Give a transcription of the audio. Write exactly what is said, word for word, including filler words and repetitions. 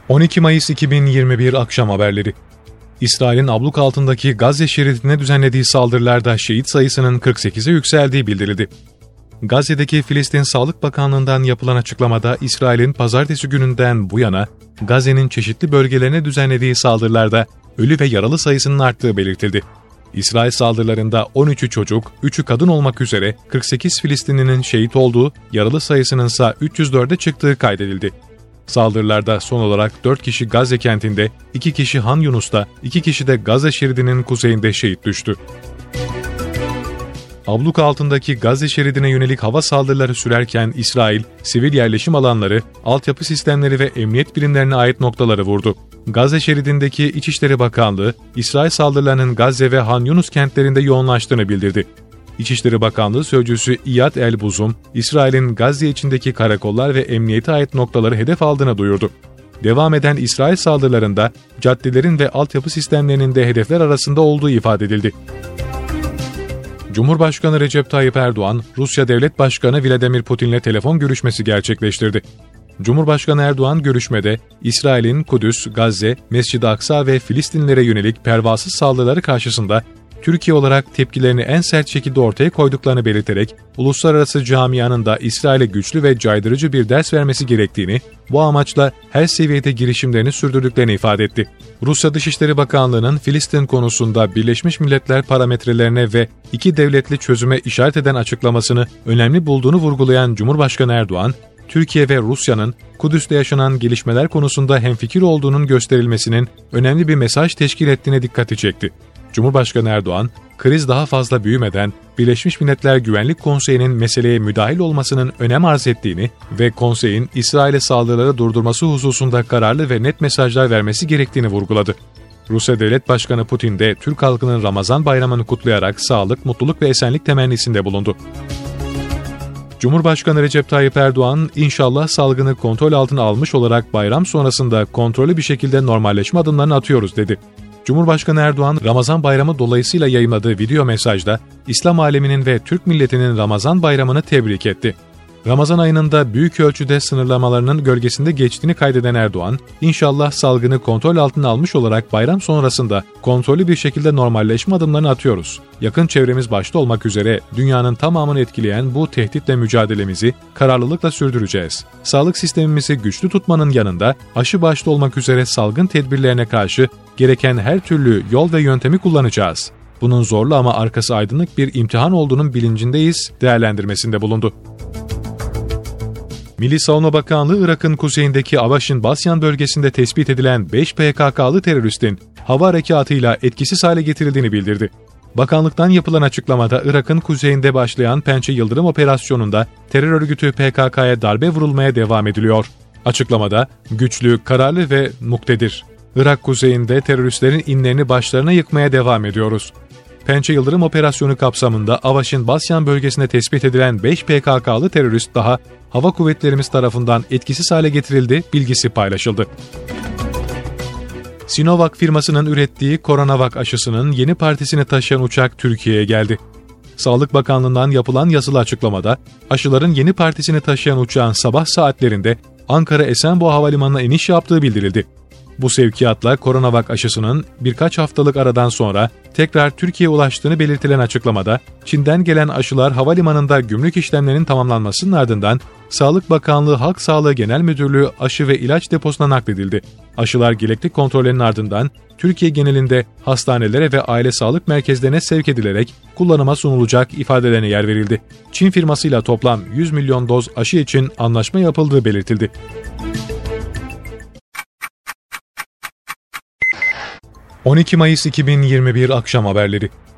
on iki Mayıs iki bin yirmi bir akşam haberleri. İsrail'in abluk altındaki Gazze şeridine düzenlediği saldırılarda şehit sayısının kırk sekize yükseldiği bildirildi. Gazze'deki Filistin Sağlık Bakanlığı'ndan yapılan açıklamada İsrail'in pazartesi gününden bu yana Gazze'nin çeşitli bölgelerine düzenlediği saldırılarda ölü ve yaralı sayısının arttığı belirtildi. İsrail saldırılarında on üçü çocuk, üçü kadın olmak üzere kırk sekiz Filistinlinin şehit olduğu, yaralı sayısının ise üç yüz dörde çıktığı kaydedildi. Saldırılarda son olarak dört kişi Gazze kentinde, iki kişi Han Yunus'ta, iki kişi de Gazze şeridinin kuzeyinde şehit düştü. Abluk altındaki Gazze şeridine yönelik hava saldırıları sürerken İsrail, sivil yerleşim alanları, altyapı sistemleri ve emniyet birimlerine ait noktaları vurdu. Gazze şeridindeki İçişleri Bakanlığı, İsrail saldırılarının Gazze ve Han Yunus kentlerinde yoğunlaştığını bildirdi. İçişleri Bakanlığı Sözcüsü İyad El-Buzum, İsrail'in Gazze içindeki karakollar ve emniyete ait noktaları hedef aldığını duyurdu. Devam eden İsrail saldırılarında caddelerin ve altyapı sistemlerinin de hedefler arasında olduğu ifade edildi. Cumhurbaşkanı Recep Tayyip Erdoğan, Rusya Devlet Başkanı Vladimir Putin'le telefon görüşmesi gerçekleştirdi. Cumhurbaşkanı Erdoğan görüşmede, İsrail'in Kudüs, Gazze, Mescid-i Aksa ve Filistinlilere yönelik pervasız saldırıları karşısında Türkiye olarak tepkilerini en sert şekilde ortaya koyduklarını belirterek, uluslararası camianın da İsrail'e güçlü ve caydırıcı bir ders vermesi gerektiğini, bu amaçla her seviyede girişimlerini sürdürdüklerini ifade etti. Rusya Dışişleri Bakanlığı'nın Filistin konusunda Birleşmiş Milletler parametrelerine ve iki devletli çözüme işaret eden açıklamasını önemli bulduğunu vurgulayan Cumhurbaşkanı Erdoğan, Türkiye ve Rusya'nın Kudüs'te yaşanan gelişmeler konusunda hemfikir olduğunun gösterilmesinin önemli bir mesaj teşkil ettiğine dikkati çekti. Cumhurbaşkanı Erdoğan, kriz daha fazla büyümeden Birleşmiş Milletler Güvenlik Konseyi'nin meseleye müdahil olmasının önem arz ettiğini ve konseyin İsrail'e saldırıları durdurması hususunda kararlı ve net mesajlar vermesi gerektiğini vurguladı. Rusya Devlet Başkanı Putin de Türk halkının Ramazan bayramını kutlayarak sağlık, mutluluk ve esenlik temennisinde bulundu. Cumhurbaşkanı Recep Tayyip Erdoğan, inşallah salgını kontrol altına almış olarak bayram sonrasında kontrollü bir şekilde normalleşme adımlarını atıyoruz dedi. Cumhurbaşkanı Erdoğan, Ramazan bayramı dolayısıyla yayımladığı video mesajda, İslam aleminin ve Türk milletinin Ramazan bayramını tebrik etti. Ramazan ayının da büyük ölçüde sınırlamalarının gölgesinde geçtiğini kaydeden Erdoğan, inşallah salgını kontrol altına almış olarak bayram sonrasında kontrollü bir şekilde normalleşme adımlarını atıyoruz. Yakın çevremiz başta olmak üzere dünyanın tamamını etkileyen bu tehditle mücadelemizi kararlılıkla sürdüreceğiz. Sağlık sistemimizi güçlü tutmanın yanında aşı başta olmak üzere salgın tedbirlerine karşı gereken her türlü yol ve yöntemi kullanacağız. Bunun zorlu ama arkası aydınlık bir imtihan olduğunun bilincindeyiz değerlendirmesinde bulundu. Milli Savunma Bakanlığı, Irak'ın kuzeyindeki Avaşin Basyan bölgesinde tespit edilen beş P K K'lı teröristin hava harekatıyla etkisiz hale getirildiğini bildirdi. Bakanlıktan yapılan açıklamada Irak'ın kuzeyinde başlayan Pençe Yıldırım operasyonunda terör örgütü P K K'ya darbe vurulmaya devam ediliyor. Açıklamada, güçlü, kararlı ve muktedir. Irak kuzeyinde teröristlerin inlerini başlarına yıkmaya devam ediyoruz. Pençe Yıldırım operasyonu kapsamında Avaşin Basyan bölgesinde tespit edilen beş P K K'lı terörist daha hava kuvvetlerimiz tarafından etkisiz hale getirildi, bilgisi paylaşıldı. Sinovac firmasının ürettiği Coronavac aşısının yeni partisini taşıyan uçak Türkiye'ye geldi. Sağlık Bakanlığı'ndan yapılan yazılı açıklamada, aşıların yeni partisini taşıyan uçağın sabah saatlerinde Ankara Esenboğa Havalimanı'na iniş yaptığı bildirildi. Bu sevkiyatla Coronavac aşısının birkaç haftalık aradan sonra tekrar Türkiye'ye ulaştığını belirtilen açıklamada, Çin'den gelen aşılar havalimanında gümrük işlemlerinin tamamlanmasının ardından Sağlık Bakanlığı Halk Sağlığı Genel Müdürlüğü aşı ve ilaç deposuna nakledildi. Aşılar gerekli kontrollerin ardından Türkiye genelinde hastanelere ve aile sağlık merkezlerine sevk edilerek kullanıma sunulacak ifadelerine yer verildi. Çin firmasıyla toplam yüz milyon doz aşı için anlaşma yapıldığı belirtildi. on iki Mayıs iki bin yirmi bir akşam haberleri.